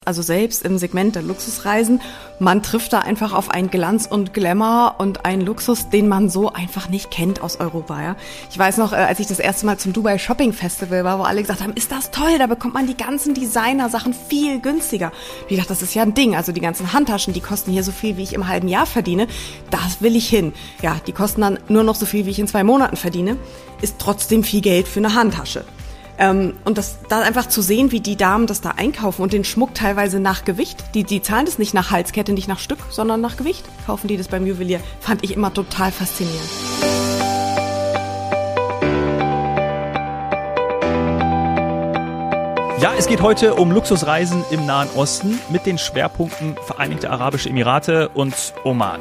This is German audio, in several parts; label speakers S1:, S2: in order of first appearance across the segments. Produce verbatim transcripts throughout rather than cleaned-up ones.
S1: Also selbst im Segment der Luxusreisen, man trifft da einfach auf einen Glanz und Glamour und einen Luxus, den man so einfach nicht kennt aus Europa. Ja. Ich weiß noch, als ich das erste Mal zum Dubai Shopping Festival war, wo alle gesagt haben, ist das toll, da bekommt man die ganzen Designer-Sachen viel günstiger. Ich dachte, das ist ja ein Ding, also die ganzen Handtaschen, die kosten hier so viel, wie ich im halben Jahr verdiene, das will ich hin. Ja, die kosten dann nur noch so viel, wie ich in zwei Monaten verdiene, ist trotzdem viel Geld für eine Handtasche. Ähm, und das da einfach zu sehen, wie die Damen das da einkaufen und den Schmuck teilweise nach Gewicht, die, die zahlen das nicht nach Halskette, nicht nach Stück, sondern nach Gewicht, kaufen die das beim Juwelier, fand ich immer total faszinierend.
S2: Ja, es geht heute um Luxusreisen im Nahen Osten mit den Schwerpunkten Vereinigte Arabische Emirate und Oman.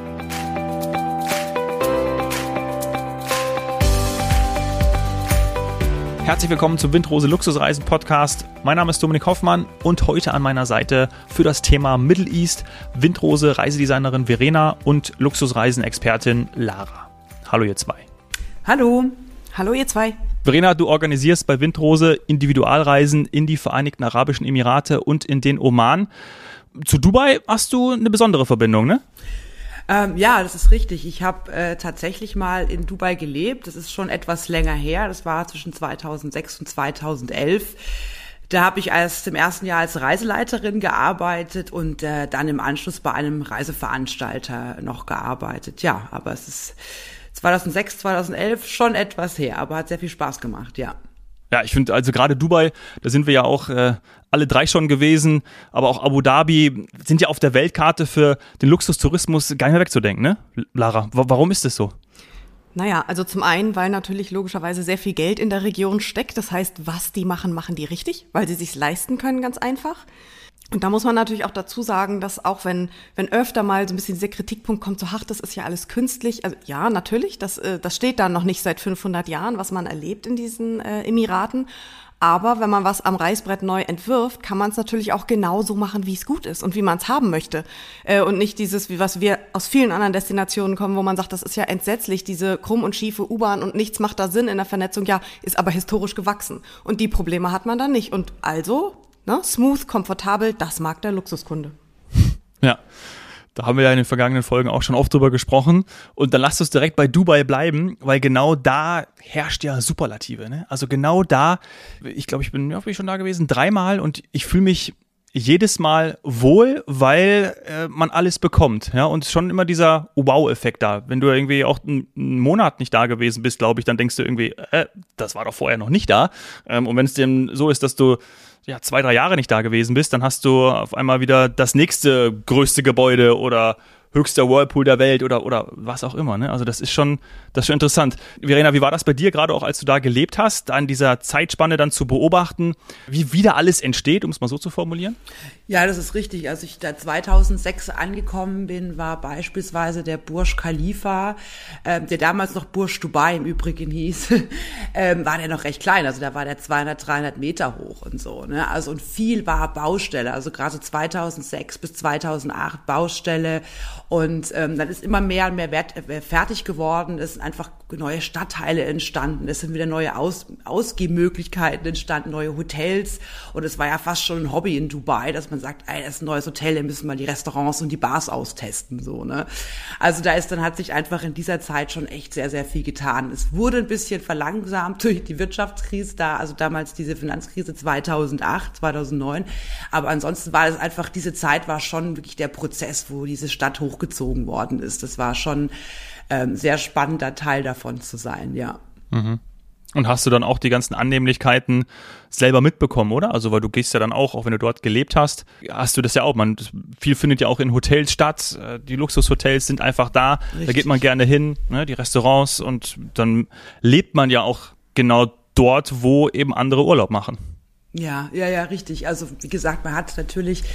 S2: Herzlich willkommen zum Windrose Luxusreisen Podcast. Mein Name ist Dominik Hoffmann und heute an meiner Seite für das Thema Middle East Windrose Reisedesignerin Verena und Luxusreisen-Expertin Lara. Hallo ihr zwei.
S1: Hallo. Hallo ihr zwei.
S2: Verena, du organisierst bei Windrose Individualreisen in die Vereinigten Arabischen Emirate und in den Oman. Zu Dubai hast du eine besondere Verbindung, ne?
S3: Ähm, ja, das ist richtig. Ich habe äh, tatsächlich mal in Dubai gelebt. Das ist schon etwas länger her. Das war zwischen zweitausendsechs und zweitausendelf. Da habe ich als im ersten Jahr als Reiseleiterin gearbeitet und äh, dann im Anschluss bei einem Reiseveranstalter noch gearbeitet. Ja, aber es ist zweitausendsechs, zweitausendelf schon etwas her, aber hat sehr viel Spaß gemacht, ja.
S2: Ja, ich finde also gerade Dubai, da sind wir ja auch äh, alle drei schon gewesen, aber auch Abu Dhabi sind ja auf der Weltkarte für den Luxustourismus gar nicht mehr wegzudenken, ne? Lara, w- warum ist das so?
S1: Naja, also zum einen, weil natürlich logischerweise sehr viel Geld in der Region steckt. Das heißt, was die machen, machen die richtig, weil sie sich's leisten können, ganz einfach. Und da muss man natürlich auch dazu sagen, dass auch wenn wenn öfter mal so ein bisschen dieser Kritikpunkt kommt, so ach, das ist ja alles künstlich. Also ja, natürlich, das äh, das steht da noch nicht seit fünfhundert Jahren, was man erlebt in diesen äh, Emiraten. Aber wenn man was am Reißbrett neu entwirft, kann man es natürlich auch genauso machen, wie es gut ist und wie man es haben möchte. Äh, und nicht dieses, wie was wir aus vielen anderen Destinationen kommen, wo man sagt, das ist ja entsetzlich, diese krumm und schiefe U-Bahn und nichts macht da Sinn in der Vernetzung. Ja, ist aber historisch gewachsen. Und die Probleme hat man dann nicht. Und also, ne, smooth, komfortabel, das mag der Luxuskunde.
S2: Ja. Da haben wir ja in den vergangenen Folgen auch schon oft drüber gesprochen. Und dann lasst uns direkt bei Dubai bleiben, weil genau da herrscht ja Superlative. Ne? Also genau da, ich glaube, ich bin, ja, bin ich schon da gewesen, dreimal und ich fühle mich jedes Mal wohl, weil äh, man alles bekommt. Ja? Und schon immer dieser Wow-Effekt da. Wenn du irgendwie auch einen, einen Monat nicht da gewesen bist, glaube ich, dann denkst du irgendwie, äh, das war doch vorher noch nicht da. Ähm, und wenn es denn so ist, dass du ja, zwei, drei Jahre nicht da gewesen bist, dann hast du auf einmal wieder das nächste größte Gebäude oder höchster Whirlpool der Welt oder oder was auch immer. Ne? Also das ist schon, das ist schon interessant. Verena, wie war das bei dir, gerade auch als du da gelebt hast, da in dieser Zeitspanne dann zu beobachten, wie wieder alles entsteht, um es mal so zu formulieren?
S3: Ja, das ist richtig. Als ich da zweitausendsechs angekommen bin, war beispielsweise der Burj Khalifa, äh, der damals noch Burj Dubai im Übrigen hieß, ähm, war der noch recht klein. Also da war der zweihundert, dreihundert Meter hoch und so. Ne? Also und viel war Baustelle. Also gerade so zweitausendsechs bis zweitausendacht Baustelle. Und ähm, dann ist immer mehr und mehr Wert, äh, fertig geworden. Es sind einfach neue Stadtteile entstanden. Es sind wieder neue Aus, Ausgehmöglichkeiten entstanden, neue Hotels. Und es war ja fast schon ein Hobby in Dubai, dass man sagt, ey, das ist ein neues Hotel, da müssen wir die Restaurants und die Bars austesten, so, ne. Also da ist dann, hat sich einfach in dieser Zeit schon echt sehr, sehr viel getan. Es wurde ein bisschen verlangsamt durch die Wirtschaftskrise da, also damals diese Finanzkrise zweitausendacht, zweitausendneun. Aber ansonsten war es einfach, diese Zeit war schon wirklich der Prozess, wo diese Stadt hochgezogen worden ist. Das war schon ähm, sehr spannender Teil davon zu sein, ja.
S2: Mhm. Und hast du dann auch die ganzen Annehmlichkeiten selber mitbekommen, oder? Also, weil du gehst ja dann auch, auch wenn du dort gelebt hast, hast du das ja auch. Man, viel findet ja auch in Hotels statt. Die Luxushotels sind einfach da. Richtig. Da geht man gerne hin, ne, die Restaurants. Und dann lebt man ja auch genau dort, wo eben andere Urlaub machen.
S3: Ja, ja, ja, richtig. Also wie gesagt, man hat natürlich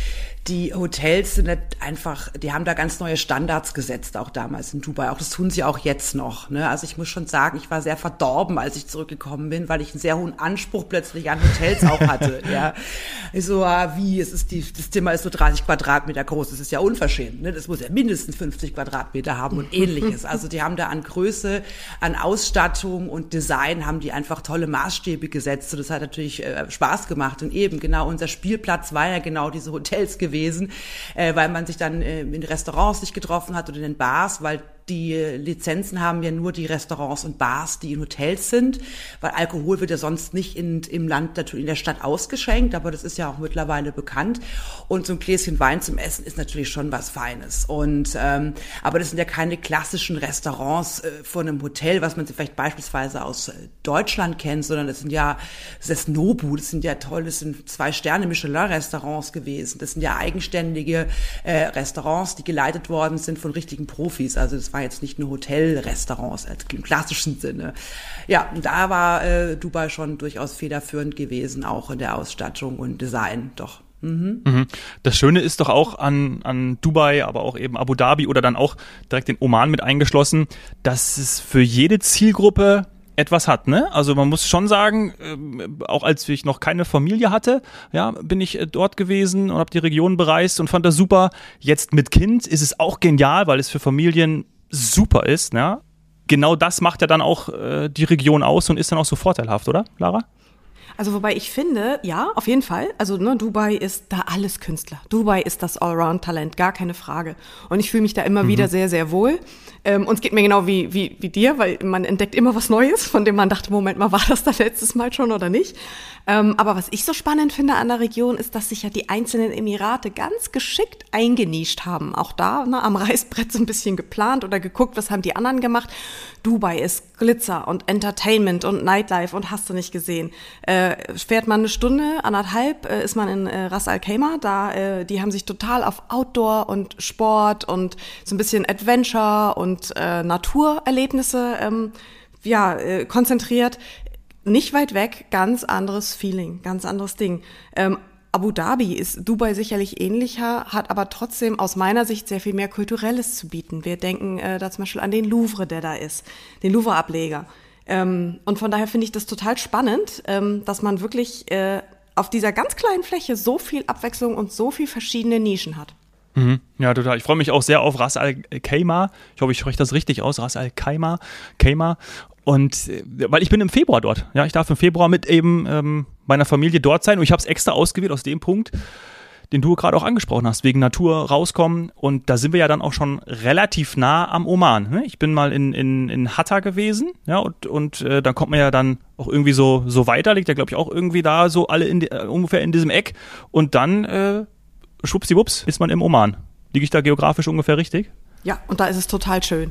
S3: die Hotels sind einfach, die haben da ganz neue Standards gesetzt, auch damals in Dubai. Auch das tun sie auch jetzt noch. Ne? Also ich muss schon sagen, ich war sehr verdorben, als ich zurückgekommen bin, weil ich einen sehr hohen Anspruch plötzlich an Hotels auch hatte. Ja, ich so, ah, wie, es ist die, das Zimmer ist so dreißig Quadratmeter groß, das ist ja unverschämt. Ne? Das muss ja mindestens fünfzig Quadratmeter haben und ähnliches. Also die haben da an Größe, an Ausstattung und Design haben die einfach tolle Maßstäbe gesetzt. Und das hat natürlich äh, Spaß gemacht. Und eben genau unser Spielplatz war ja genau diese Hotels gewesen, äh, weil man sich dann äh, in Restaurants sich getroffen hat oder in den Bars, weil die Lizenzen haben ja nur die Restaurants und Bars, die in Hotels sind, weil Alkohol wird ja sonst nicht in, im Land, in der Stadt ausgeschenkt, aber das ist ja auch mittlerweile bekannt. Und so ein Gläschen Wein zum Essen ist natürlich schon was Feines. Und ähm, aber das sind ja keine klassischen Restaurants äh, von einem Hotel, was man vielleicht beispielsweise aus Deutschland kennt, sondern das sind ja, das ist Nobu, das sind ja toll, das sind zwei Sterne Michelin-Restaurants gewesen. Das sind ja eigenständige äh, Restaurants, die geleitet worden sind von richtigen Profis. Also das war jetzt nicht nur Hotelrestaurants im klassischen Sinne. Ja, und da war äh, Dubai schon durchaus federführend gewesen, auch in der Ausstattung und Design, doch.
S2: Mhm. Das Schöne ist doch auch an, an Dubai, aber auch eben Abu Dhabi oder dann auch direkt den Oman mit eingeschlossen, dass es für jede Zielgruppe etwas hat, ne? Also man muss schon sagen, äh, auch als ich noch keine Familie hatte, ja, bin ich äh, dort gewesen und habe die Region bereist und fand das super. Jetzt mit Kind ist es auch genial, weil es für Familien super ist, ne? Genau das macht ja dann auch äh, die Region aus und ist dann auch so vorteilhaft, oder, Lara?
S1: Also wobei ich finde, ja, auf jeden Fall, also ne, Dubai ist da alles Künstler. Dubai ist das Allround-Talent, gar keine Frage. Und ich fühle mich da immer mhm. wieder sehr, sehr wohl. Ähm, und es geht mir genau wie, wie, wie dir, weil man entdeckt immer was Neues, von dem man dachte, Moment mal, war das da letztes Mal schon oder nicht? Ähm, aber was ich so spannend finde an der Region, ist, dass sich ja die einzelnen Emirate ganz geschickt eingenischt haben. Auch da ne, am Reißbrett so ein bisschen geplant oder geguckt, was haben die anderen gemacht. Dubai ist Glitzer und Entertainment und Nightlife und hast du nicht gesehen. Äh, fährt man eine Stunde, anderthalb, äh, ist man in äh, Ras Al Khaimah. Da, äh, die haben sich total auf Outdoor und Sport und so ein bisschen Adventure und äh, Naturerlebnisse ähm, ja, äh, konzentriert. Nicht weit weg, ganz anderes Feeling, ganz anderes Ding. Ähm, Abu Dhabi ist Dubai sicherlich ähnlicher, hat aber trotzdem aus meiner Sicht sehr viel mehr Kulturelles zu bieten. Wir denken äh, da zum Beispiel an den Louvre, der da ist, den Louvre-Ableger. Ähm, und von daher finde ich das total spannend, ähm, dass man wirklich äh, auf dieser ganz kleinen Fläche so viel Abwechslung und so viel verschiedene Nischen hat.
S2: Mhm. Ja, total. Ich freue mich auch sehr auf Ras Al Khaimah. Ich hoffe, ich spreche das richtig aus. Ras Al Khaimah. Khaimah. Und weil ich bin im Februar dort. Ja, ich darf im Februar mit eben ähm, meiner Familie dort sein. Und ich habe es extra ausgewählt aus dem Punkt, den du gerade auch angesprochen hast, wegen Natur rauskommen. Und da sind wir ja dann auch schon relativ nah am Oman. Ne? Ich bin mal in, in, in Hatta gewesen. Ja, und, und äh, dann kommt man ja dann auch irgendwie so, so weiter. Liegt ja, glaube ich, auch irgendwie da so alle in die, äh, ungefähr in diesem Eck. Und dann äh, schwuppsiwupps ist man im Oman. Liege ich da geografisch ungefähr richtig?
S1: Ja, und da ist es total schön.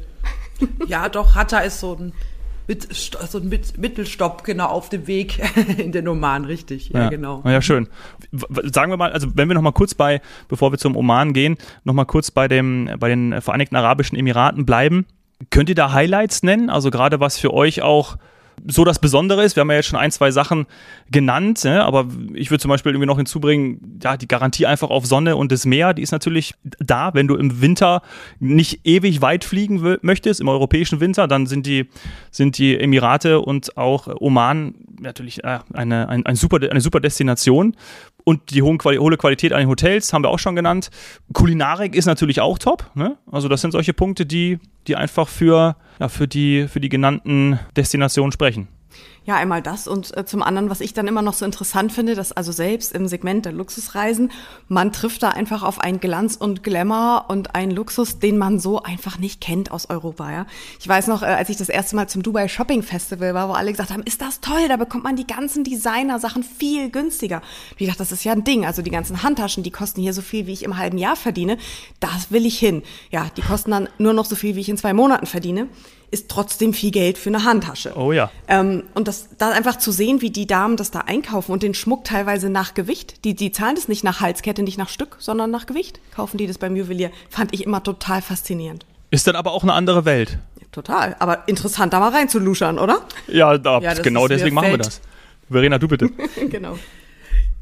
S3: Ja, doch, Hatta ist so ein, mit, so ein mit, Mittelstopp genau auf dem Weg in den Oman, richtig. Ja, ja, genau.
S2: Ja, schön. Sagen wir mal, also wenn wir noch mal kurz bei, bevor wir zum Oman gehen, noch mal kurz bei dem, bei den Vereinigten Arabischen Emiraten bleiben. Könnt ihr da Highlights nennen? Also gerade was für euch auch so das Besondere ist, wir haben ja jetzt schon ein, zwei Sachen genannt, ne? Aber ich würde zum Beispiel irgendwie noch hinzubringen, ja, die Garantie einfach auf Sonne und das Meer, die ist natürlich da, wenn du im Winter nicht ewig weit fliegen w- möchtest, im europäischen Winter, dann sind die, sind die Emirate und auch Oman natürlich äh, eine, ein, ein super, eine super Destination. Und die hohe Qualität an den Hotels haben wir auch schon genannt. Kulinarik ist natürlich auch top, ne? Also das sind solche Punkte, die, die einfach für, ja, für die, für die genannten Destinationen sprechen.
S1: Ja, einmal das und äh, zum anderen, was ich dann immer noch so interessant finde, dass also selbst im Segment der Luxusreisen, man trifft da einfach auf einen Glanz und Glamour und einen Luxus, den man so einfach nicht kennt aus Europa, ja. Ich weiß noch, äh, als ich das erste Mal zum Dubai Shopping Festival war, wo alle gesagt haben, ist das toll, da bekommt man die ganzen Designer-Sachen viel günstiger. Ich dachte, das ist ja ein Ding, also die ganzen Handtaschen, die kosten hier so viel, wie ich im halben Jahr verdiene, das will ich hin. Ja, die kosten dann nur noch so viel, wie ich in zwei Monaten verdiene. Ist trotzdem viel Geld für eine Handtasche.
S2: Oh ja.
S1: Ähm, und das da einfach zu sehen, wie die Damen das da einkaufen und den Schmuck teilweise nach Gewicht. Die, die zahlen das nicht nach Halskette, nicht nach Stück, sondern nach Gewicht. Kaufen die das beim Juwelier. Fand ich immer total faszinierend.
S2: Ist dann aber auch eine andere Welt.
S1: Ja, total. Aber interessant, da mal reinzuluschern, oder?
S2: Ja, da,
S3: ja
S2: genau deswegen machen wir das. Verena, du bitte.
S1: Genau.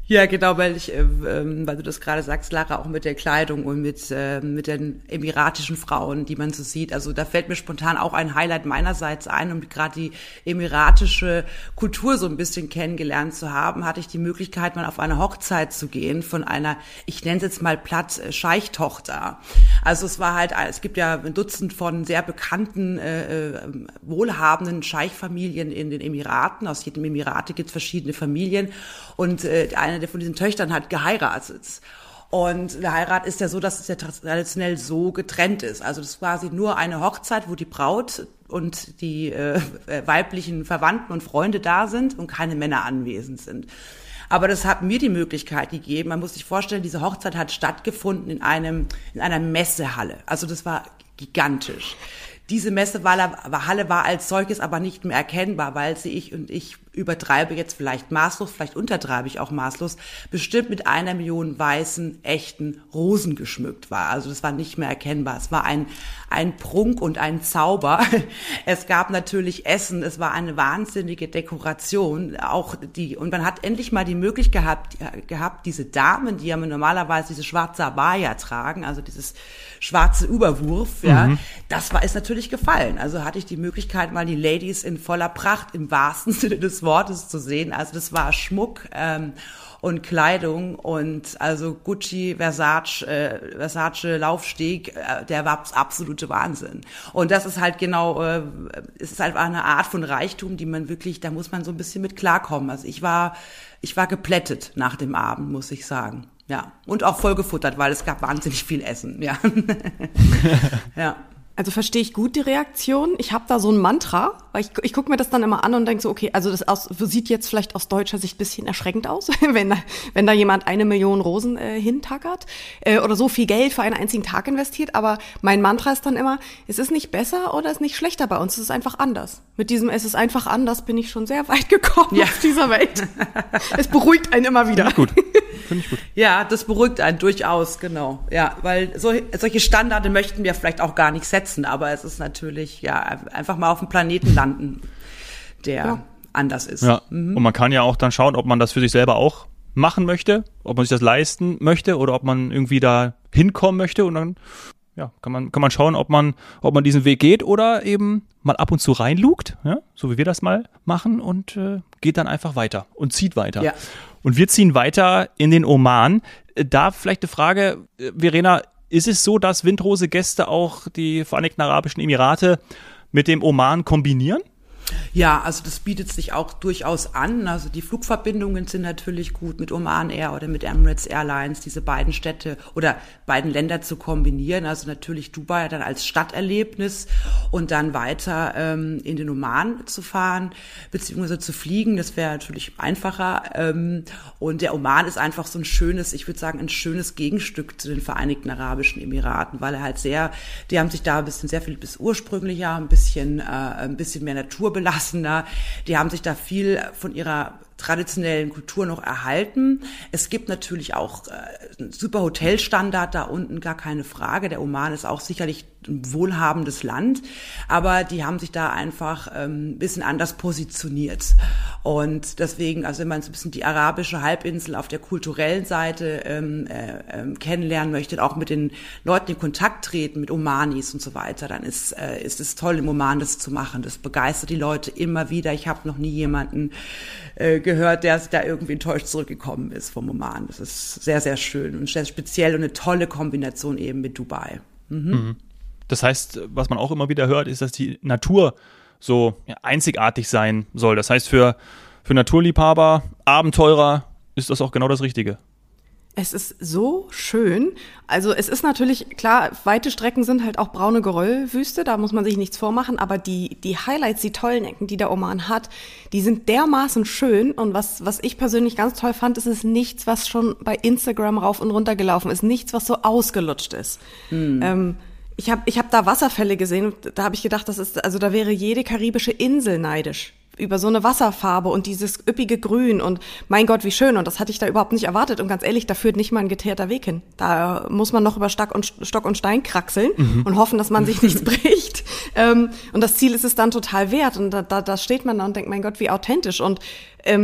S3: Ja, genau, weil ich, äh, weil du das gerade sagst, Lara, auch mit der Kleidung und mit äh, mit den emiratischen Frauen, die man so sieht. Also da fällt mir spontan auch ein Highlight meinerseits ein, um gerade die emiratische Kultur so ein bisschen kennengelernt zu haben, hatte ich die Möglichkeit, mal auf eine Hochzeit zu gehen von einer, ich nenne es jetzt mal platt, Scheichtochter. Also es war halt, es gibt ja ein Dutzend von sehr bekannten, äh, wohlhabenden Scheichfamilien in den Emiraten. Aus jedem Emirate gibt es verschiedene Familien und äh, eine der von diesen Töchtern hat geheiratet. Und der Heirat ist ja so, dass es ja traditionell so getrennt ist. Also das ist quasi nur eine Hochzeit, wo die Braut und die äh, weiblichen Verwandten und Freunde da sind und keine Männer anwesend sind. Aber das hat mir die Möglichkeit gegeben. Man muss sich vorstellen, diese Hochzeit hat stattgefunden in einem in einer Messehalle. Also das war gigantisch. Diese Messehalle war als solches aber nicht mehr erkennbar, weil sie ich und ich übertreibe jetzt vielleicht maßlos, vielleicht untertreibe ich auch maßlos, bestimmt mit einer Million weißen, echten Rosen geschmückt war. Also das war nicht mehr erkennbar. Es war ein, ein Prunk und ein Zauber. Es gab natürlich Essen, es war eine wahnsinnige Dekoration. Auch die, und man hat endlich mal die Möglichkeit gehabt, gehabt, diese Damen, die ja normalerweise diese schwarze Abaya tragen, also dieses schwarze Überwurf, ja, mhm. das war, ist natürlich gefallen. Also hatte ich die Möglichkeit, mal die Ladies in voller Pracht im wahrsten Sinne des Wortes zu sehen. Also das war Schmuck ähm, und Kleidung und also Gucci, Versace, äh, Versace Laufsteg, äh, der war absolute Wahnsinn. Und das ist halt genau, äh, es ist einfach eine Art von Reichtum, die man wirklich, da muss man so ein bisschen mit klarkommen. Also ich war, ich war geplättet nach dem Abend, muss ich sagen. Ja, und auch voll gefuttert, weil es gab wahnsinnig viel Essen. Ja. Ja.
S1: Also verstehe ich gut die Reaktion. Ich habe da so ein Mantra, weil ich, ich gucke mir das dann immer an und denke so, okay, also das aus, sieht jetzt vielleicht aus deutscher Sicht ein bisschen erschreckend aus, wenn da, wenn da jemand eine Million Rosen äh, hintackert äh, oder so viel Geld für einen einzigen Tag investiert. Aber mein Mantra ist dann immer, es ist nicht besser oder es ist nicht schlechter bei uns, es ist einfach anders. Mit diesem es ist einfach anders bin ich schon sehr weit gekommen ja. auf dieser Welt. Es beruhigt einen immer wieder.
S2: Finde ich gut. Finde ich gut.
S3: Ja, das beruhigt einen durchaus, genau. Ja, weil so, solche Standarde möchten wir vielleicht auch gar nicht setzen, aber es ist natürlich, ja, einfach mal auf dem Planeten landen, der ja. anders ist.
S2: Ja. Mhm. Und man kann ja auch dann schauen, ob man das für sich selber auch machen möchte, ob man sich das leisten möchte oder ob man irgendwie da hinkommen möchte und dann ja, kann man, kann man schauen, ob man, ob man diesen Weg geht oder eben mal ab und zu reinlugt, ja, so wie wir das mal machen und äh, geht dann einfach weiter und zieht weiter. Ja. Und wir ziehen weiter in den Oman. Da vielleicht eine Frage, Verena, ist es so, dass Windrose-Gäste auch die Vereinigten Arabischen Emirate mit dem Oman kombinieren?
S3: Ja, also das bietet sich auch durchaus an. Also die Flugverbindungen sind natürlich gut mit Oman Air oder mit Emirates Airlines, diese beiden Städte oder beiden Länder zu kombinieren. Also natürlich Dubai dann als Stadterlebnis und dann weiter ähm, in den Oman zu fahren, beziehungsweise zu fliegen. Das wäre natürlich einfacher. Ähm, und der Oman ist einfach so ein schönes, ich würde sagen, ein schönes Gegenstück zu den Vereinigten Arabischen Emiraten, weil er halt sehr, die haben sich da ein bisschen sehr viel bis ursprünglicher, ein bisschen, äh, ein bisschen mehr Natur belassener. Die haben sich da viel von ihrer traditionellen Kultur noch erhalten. Es gibt natürlich auch äh, einen super Hotelstandard da unten, gar keine Frage. Der Oman ist auch sicherlich ein wohlhabendes Land, aber die haben sich da einfach ähm, ein bisschen anders positioniert. Und deswegen, also wenn man so ein bisschen die arabische Halbinsel auf der kulturellen Seite ähm, äh, äh, kennenlernen möchte, auch mit den Leuten in Kontakt treten, mit Omanis und so weiter, dann ist, äh, ist es toll, im Oman das zu machen. Das begeistert die Leute immer wieder. Ich habe noch nie jemanden äh, gehört, der da irgendwie enttäuscht zurückgekommen ist vom Oman. Das ist sehr, sehr schön und sehr speziell und eine tolle Kombination eben mit Dubai. Mhm.
S2: Mhm. Das heißt, was man auch immer wieder hört, ist, dass die Natur so ja, einzigartig sein soll. Das heißt, für, für Naturliebhaber, Abenteurer ist das auch genau das Richtige.
S1: Es ist so schön. Also es ist natürlich, klar, weite Strecken sind halt auch braune Geröllwüste, da muss man sich nichts vormachen, aber die, die Highlights, die tollen Ecken, die der Oman hat, die sind dermaßen schön und was, was ich persönlich ganz toll fand, ist es nichts, was schon bei Instagram rauf und runter gelaufen ist, nichts, was so ausgelutscht ist. Hm. Ähm, ich habe ich hab da Wasserfälle gesehen, da habe ich gedacht, das ist, also da wäre jede karibische Insel neidisch über so eine Wasserfarbe und dieses üppige Grün und mein Gott, wie schön. Und das hatte ich da überhaupt nicht erwartet. Und ganz ehrlich, da führt nicht mal ein geteerter Weg hin. Da muss man noch über Stock und, Stock und Stein kraxeln mhm. und hoffen, dass man sich nichts bricht. Ähm, und das Ziel ist es dann total wert. Und da, da, da steht man da und denkt, mein Gott, wie authentisch. Und ähm,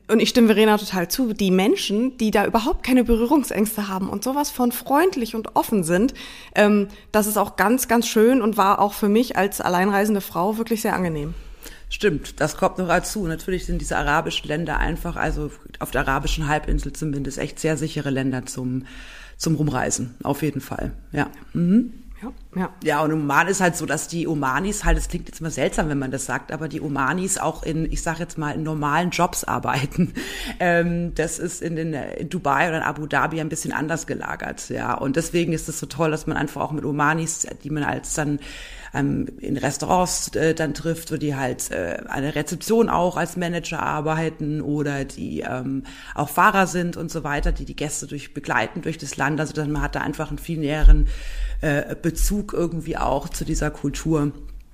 S1: Und ich stimme Verena total zu, die Menschen, die da überhaupt keine Berührungsängste haben und sowas von freundlich und offen sind, ähm, das ist auch ganz, ganz schön und war auch für mich als alleinreisende Frau wirklich sehr angenehm.
S3: Stimmt, das kommt noch dazu. Natürlich sind diese arabischen Länder einfach, also auf der arabischen Halbinsel zumindest, echt sehr sichere Länder zum, zum Rumreisen. Auf jeden Fall, ja. Mhm.
S1: Ja, ja.
S3: Ja, und Oman ist halt so, dass die Omanis halt, das klingt jetzt immer seltsam, wenn man das sagt, aber die Omanis auch in, ich sage jetzt mal, in normalen Jobs arbeiten. Ähm, das ist in, den, in Dubai oder in Abu Dhabi ein bisschen anders gelagert, ja. Und deswegen ist es so toll, dass man einfach auch mit Omanis, die man als dann ähm, in Restaurants äh, dann trifft, wo die halt äh, an der Rezeption auch als Manager arbeiten oder die ähm, auch Fahrer sind und so weiter, die die Gäste durch begleiten durch das Land. Also man hat da einfach einen viel näheren äh, Bezug irgendwie auch zu dieser Kultur,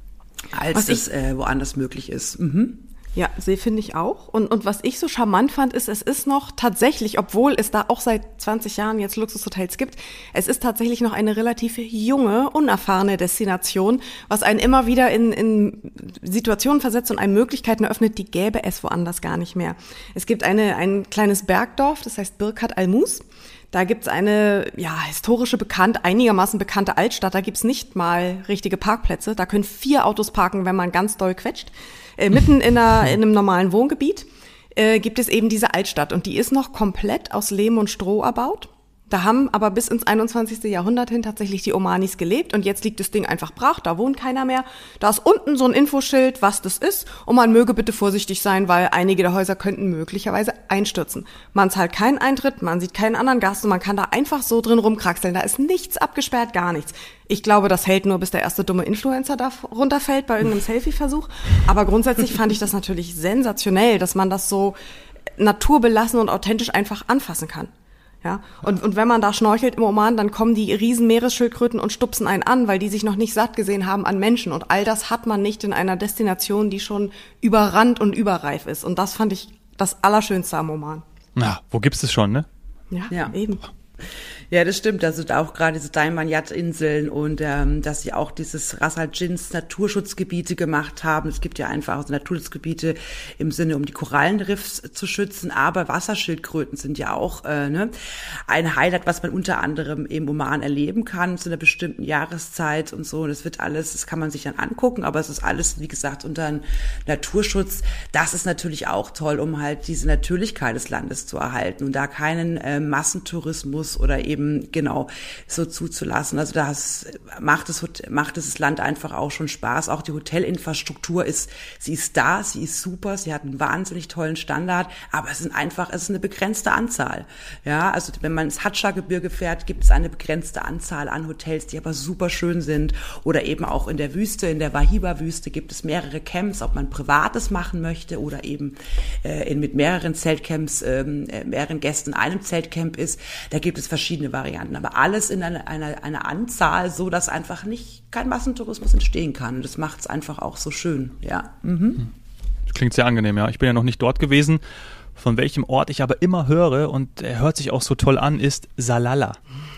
S3: als was es äh, woanders möglich ist. Mhm.
S1: Ja, sie finde ich auch. Und, und was ich so charmant fand, ist, es ist noch tatsächlich, obwohl es da auch seit zwanzig Jahren jetzt Luxushotels gibt, es ist tatsächlich noch eine relativ junge, unerfahrene Destination, was einen immer wieder in, in Situationen versetzt und einem Möglichkeiten eröffnet, die gäbe es woanders gar nicht mehr. Es gibt eine, ein kleines Bergdorf, das heißt Birkat Al-Mus. Da gibt's eine ja historische, bekannt, einigermaßen bekannte Altstadt. Da gibt's nicht mal richtige Parkplätze. Da können vier Autos parken, wenn man ganz doll quetscht. Äh, mitten in, einer, in einem normalen Wohngebiet äh, gibt es eben diese Altstadt. Und die ist noch komplett aus Lehm und Stroh erbaut. Da haben aber bis ins einundzwanzigste Jahrhundert hin tatsächlich die Omanis gelebt und jetzt liegt das Ding einfach brach, da wohnt keiner mehr. Da ist unten so ein Infoschild, was das ist und man möge bitte vorsichtig sein, weil einige der Häuser könnten möglicherweise einstürzen. Man zahlt keinen Eintritt, man sieht keinen anderen Gast und man kann da einfach so drin rumkraxeln. Da ist nichts abgesperrt, gar nichts. Ich glaube, das hält nur, bis der erste dumme Influencer da runterfällt bei irgendeinem Selfie-Versuch. Aber grundsätzlich fand ich das natürlich sensationell, dass man das so naturbelassen und authentisch einfach anfassen kann. Ja, und, und wenn man da schnorchelt im Oman, dann kommen die riesen Meeresschildkröten und stupsen einen an, weil die sich noch nicht satt gesehen haben an Menschen. Und all das hat man nicht in einer Destination, die schon überrannt und überreif ist. Und das fand ich das Allerschönste am Oman.
S2: Na, wo gibt's es schon, ne?
S1: Ja,
S3: ja.
S1: eben.
S3: Ja, das stimmt. Also auch gerade diese Daimaniyat-Inseln und ähm, dass sie auch dieses Ras Al Jins Naturschutzgebiete gemacht haben. Es gibt ja einfach also Naturschutzgebiete im Sinne, um die Korallenriffs zu schützen, aber Wasserschildkröten sind ja auch äh, ne, ein Highlight, was man unter anderem im Oman erleben kann zu einer bestimmten Jahreszeit und so. Und das wird alles, das kann man sich dann angucken, aber es ist alles, wie gesagt, unter einem Naturschutz. Das ist natürlich auch toll, um halt diese Natürlichkeit des Landes zu erhalten und da keinen äh, Massentourismus oder eben genau so zuzulassen. Also das macht es macht es das Land einfach auch schon Spaß. Auch die Hotelinfrastruktur ist, sie ist da, sie ist super, sie hat einen wahnsinnig tollen Standard, aber es sind einfach, es ist eine begrenzte Anzahl. Ja, also wenn man ins Hatscha-Gebirge fährt, gibt es eine begrenzte Anzahl an Hotels, die aber super schön sind. Oder eben auch in der Wüste, in der Wahiba-Wüste gibt es mehrere Camps, ob man Privates machen möchte oder eben äh, in, mit mehreren Zeltcamps, äh, mehreren Gästen in einem Zeltcamp ist. Da gibt es verschiedene Varianten, aber alles in einer, einer, einer Anzahl, so dass einfach nicht kein Massentourismus entstehen kann. Das macht es einfach auch so schön, ja. Mhm.
S2: Das klingt sehr angenehm, ja. Ich bin ja noch nicht dort gewesen. Von welchem Ort ich aber immer höre und er hört sich auch so toll an, ist Salalah.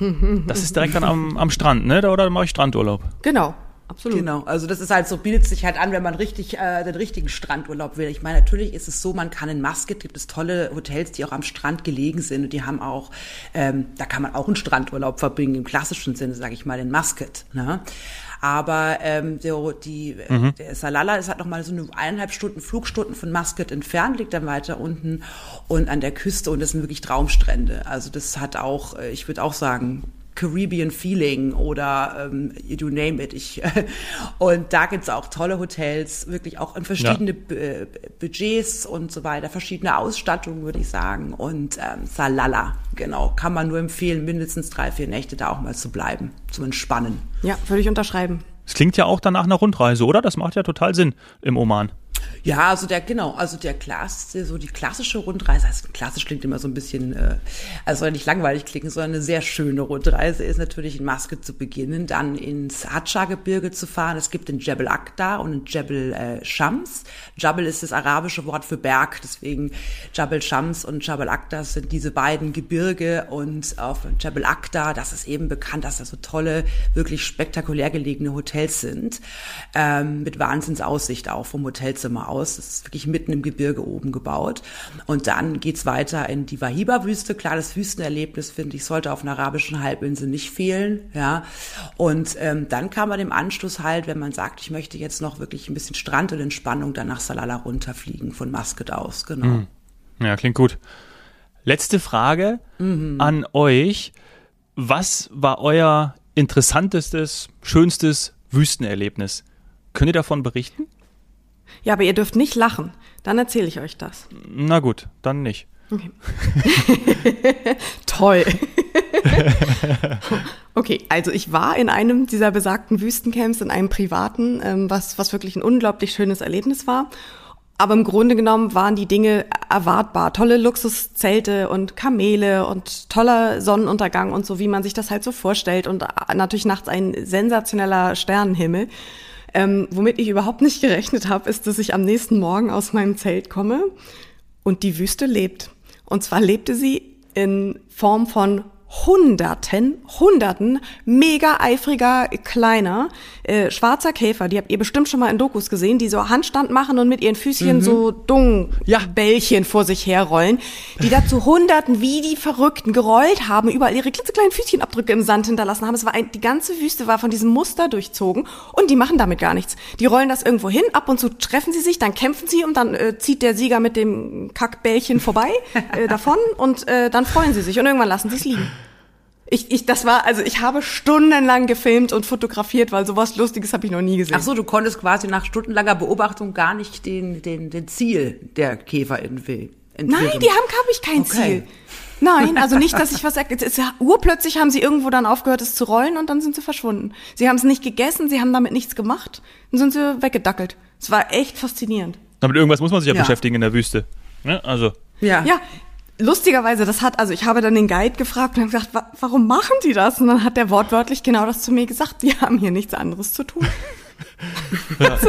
S2: Das ist direkt dann am, am Strand, ne? Da, oder mache ich Strandurlaub?
S1: Genau. Absolut.
S3: Genau, also das ist halt so, bietet sich halt an, wenn man richtig äh, den richtigen Strandurlaub will. Ich meine, natürlich ist es so, man kann in Muscat, gibt es tolle Hotels, die auch am Strand gelegen sind und die haben auch, ähm, da kann man auch einen Strandurlaub verbringen, im klassischen Sinne, sage ich mal, in Muscat, ne? Aber ähm, der, die, mhm. der Salalah ist halt noch mal so eine eineinhalb Stunden Flugstunden von Muscat entfernt, liegt dann weiter unten und an der Küste und das sind wirklich Traumstrände. Also das hat auch, ich würde auch sagen, Caribbean Feeling oder ähm, you name it. Ich, und da gibt's auch tolle Hotels, wirklich auch in verschiedene ja. B- Budgets und so weiter, verschiedene Ausstattungen, würde ich sagen. Und ähm, Salalah, genau, kann man nur empfehlen, mindestens drei, vier Nächte da auch mal zu bleiben, zum Entspannen.
S1: Ja, würde ich unterschreiben.
S2: Es klingt ja auch danach einer Rundreise, oder? Das macht ja total Sinn im Oman.
S3: Ja, also der, genau, also der klassische, so die klassische Rundreise, also klassisch klingt immer so ein bisschen, äh, also soll nicht langweilig klingen, sondern eine sehr schöne Rundreise ist natürlich in Muscat zu beginnen, dann ins Hatscha-Gebirge zu fahren. Es gibt den Jebel Akhdar und den Jebel äh, Shams. Jebel ist das arabische Wort für Berg, deswegen Jebel Shams und Jebel Akhdar sind diese beiden Gebirge und auf Jebel Akhdar, das ist eben bekannt, dass da so tolle, wirklich spektakulär gelegene Hotels sind, ähm, mit Wahnsinnsaussicht auch vom Hotelzimmer mal aus. Das ist wirklich mitten im Gebirge oben gebaut. Und dann geht's weiter in die Wahiba-Wüste. Klar, das Wüstenerlebnis, finde ich, sollte auf einer arabischen Halbinsel nicht fehlen. Ja. Und ähm, dann kann man im Anschluss halt, wenn man sagt, ich möchte jetzt noch wirklich ein bisschen Strand und Entspannung, dann nach Salalah runterfliegen von Maskat aus. Genau.
S2: Mhm. Ja, klingt gut. Letzte Frage mhm. an euch. Was war euer interessantestes, schönstes Wüstenerlebnis? Könnt ihr davon berichten?
S1: Ja, aber ihr dürft nicht lachen. Dann erzähle ich euch das.
S2: Na gut, dann nicht.
S1: Okay. Toll. Okay, also ich war in einem dieser besagten Wüstencamps, in einem privaten, ähm, was, was wirklich ein unglaublich schönes Erlebnis war. Aber im Grunde genommen waren die Dinge erwartbar. Tolle Luxuszelte und Kamele und toller Sonnenuntergang und so, wie man sich das halt so vorstellt. Und natürlich nachts ein sensationeller Sternenhimmel. Ähm, womit ich überhaupt nicht gerechnet habe, ist, dass ich am nächsten Morgen aus meinem Zelt komme und die Wüste lebt. Und zwar lebte sie in Form von Hunderten, Hunderten mega eifriger, kleiner, äh, schwarzer Käfer, die habt ihr bestimmt schon mal in Dokus gesehen, die so Handstand machen und mit ihren Füßchen mhm. so Dung-Bällchen ja. vor sich herrollen, die da zu Hunderten wie die Verrückten gerollt haben, überall ihre klitzekleinen Füßchenabdrücke im Sand hinterlassen haben. Es war ein, die ganze Wüste war von diesem Muster durchzogen und die machen damit gar nichts. Die rollen das irgendwo hin, ab und zu treffen sie sich, dann kämpfen sie und dann äh, zieht der Sieger mit dem Kackbällchen vorbei äh, davon und äh, dann freuen sie sich und irgendwann lassen sie es liegen. Ich, ich, das war, also ich habe stundenlang gefilmt und fotografiert, weil sowas Lustiges habe ich noch nie gesehen.
S3: Ach so, du konntest quasi nach stundenlanger Beobachtung gar nicht den, den, den Ziel der Käfer entwickeln.
S1: Nein, die haben, glaube ich, kein okay. Ziel. Nein, also nicht, dass ich was sage. Urplötzlich haben sie irgendwo dann aufgehört, es zu rollen und dann sind sie verschwunden. Sie haben es nicht gegessen, sie haben damit nichts gemacht, dann sind sie weggedackelt. Es war echt faszinierend.
S2: Damit irgendwas muss man sich ja, ja. beschäftigen in der Wüste. Ja, also.
S1: Ja. Ja. Lustigerweise, das hat, also ich habe dann den Guide gefragt und habe gesagt, wa- warum machen die das? Und dann hat der wortwörtlich genau das zu mir gesagt, die haben hier nichts anderes zu tun. Ja,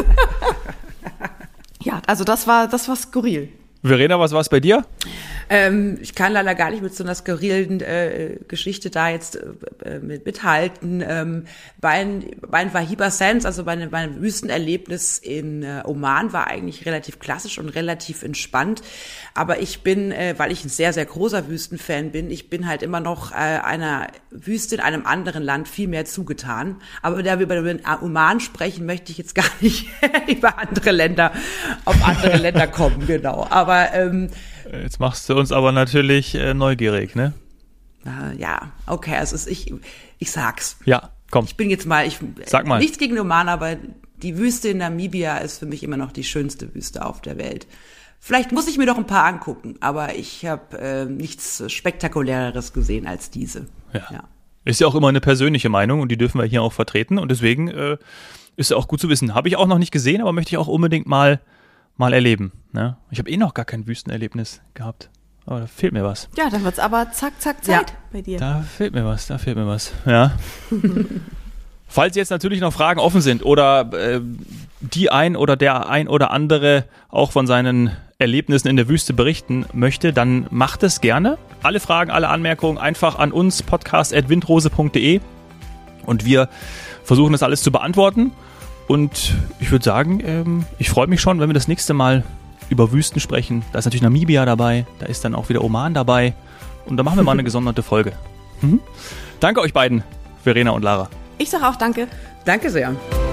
S1: ja also das war, das war skurril.
S2: Verena, was war es bei dir?
S3: Ähm, ich kann leider gar nicht mit so einer skurrilen äh, Geschichte da jetzt äh, mit, mithalten. Ähm, mein, mein Wahiba Sands, also mein, mein Wüstenerlebnis in äh, Oman war eigentlich relativ klassisch und relativ entspannt. Aber ich bin, äh, weil ich ein sehr, sehr großer Wüstenfan bin, ich bin halt immer noch äh, einer Wüste in einem anderen Land viel mehr zugetan. Aber da wir über den Oman sprechen, möchte ich jetzt gar nicht über andere Länder, auf andere Länder kommen, genau. Aber ähm,
S2: jetzt machst du uns aber natürlich äh, neugierig, ne?
S3: Äh, ja, okay, also ist, ich, ich sag's.
S2: Ja, komm.
S3: Ich bin jetzt mal, ich
S2: Sag mal.
S3: Nichts gegen Oman, aber die Wüste in Namibia ist für mich immer noch die schönste Wüste auf der Welt. Vielleicht muss ich mir doch ein paar angucken, aber ich habe äh, nichts Spektakuläreres gesehen als diese.
S2: Ja. ja. Ist ja auch immer eine persönliche Meinung und die dürfen wir hier auch vertreten und deswegen äh, ist ja auch gut zu wissen. Habe ich auch noch nicht gesehen, aber möchte ich auch unbedingt mal mal erleben. Ne? Ich habe eh noch gar kein Wüstenerlebnis gehabt. Aber da fehlt mir was.
S1: Ja, dann wird's aber zack, zack, Zeit
S3: ja.
S1: bei dir.
S2: Da fehlt mir was, da fehlt mir was. Ja. Falls jetzt natürlich noch Fragen offen sind oder äh, die ein oder der ein oder andere auch von seinen Erlebnissen in der Wüste berichten möchte, dann macht es gerne. Alle Fragen, alle Anmerkungen einfach an uns, podcast at windrose punkt de und wir versuchen das alles zu beantworten. Und ich würde sagen, ähm, ich freue mich schon, wenn wir das nächste Mal über Wüsten sprechen. Da ist natürlich Namibia dabei, da ist dann auch wieder Oman dabei. Und da machen wir mal eine gesonderte Folge. Mhm. Danke euch beiden, Verena und Lara.
S1: Ich sage auch danke.
S3: Danke sehr.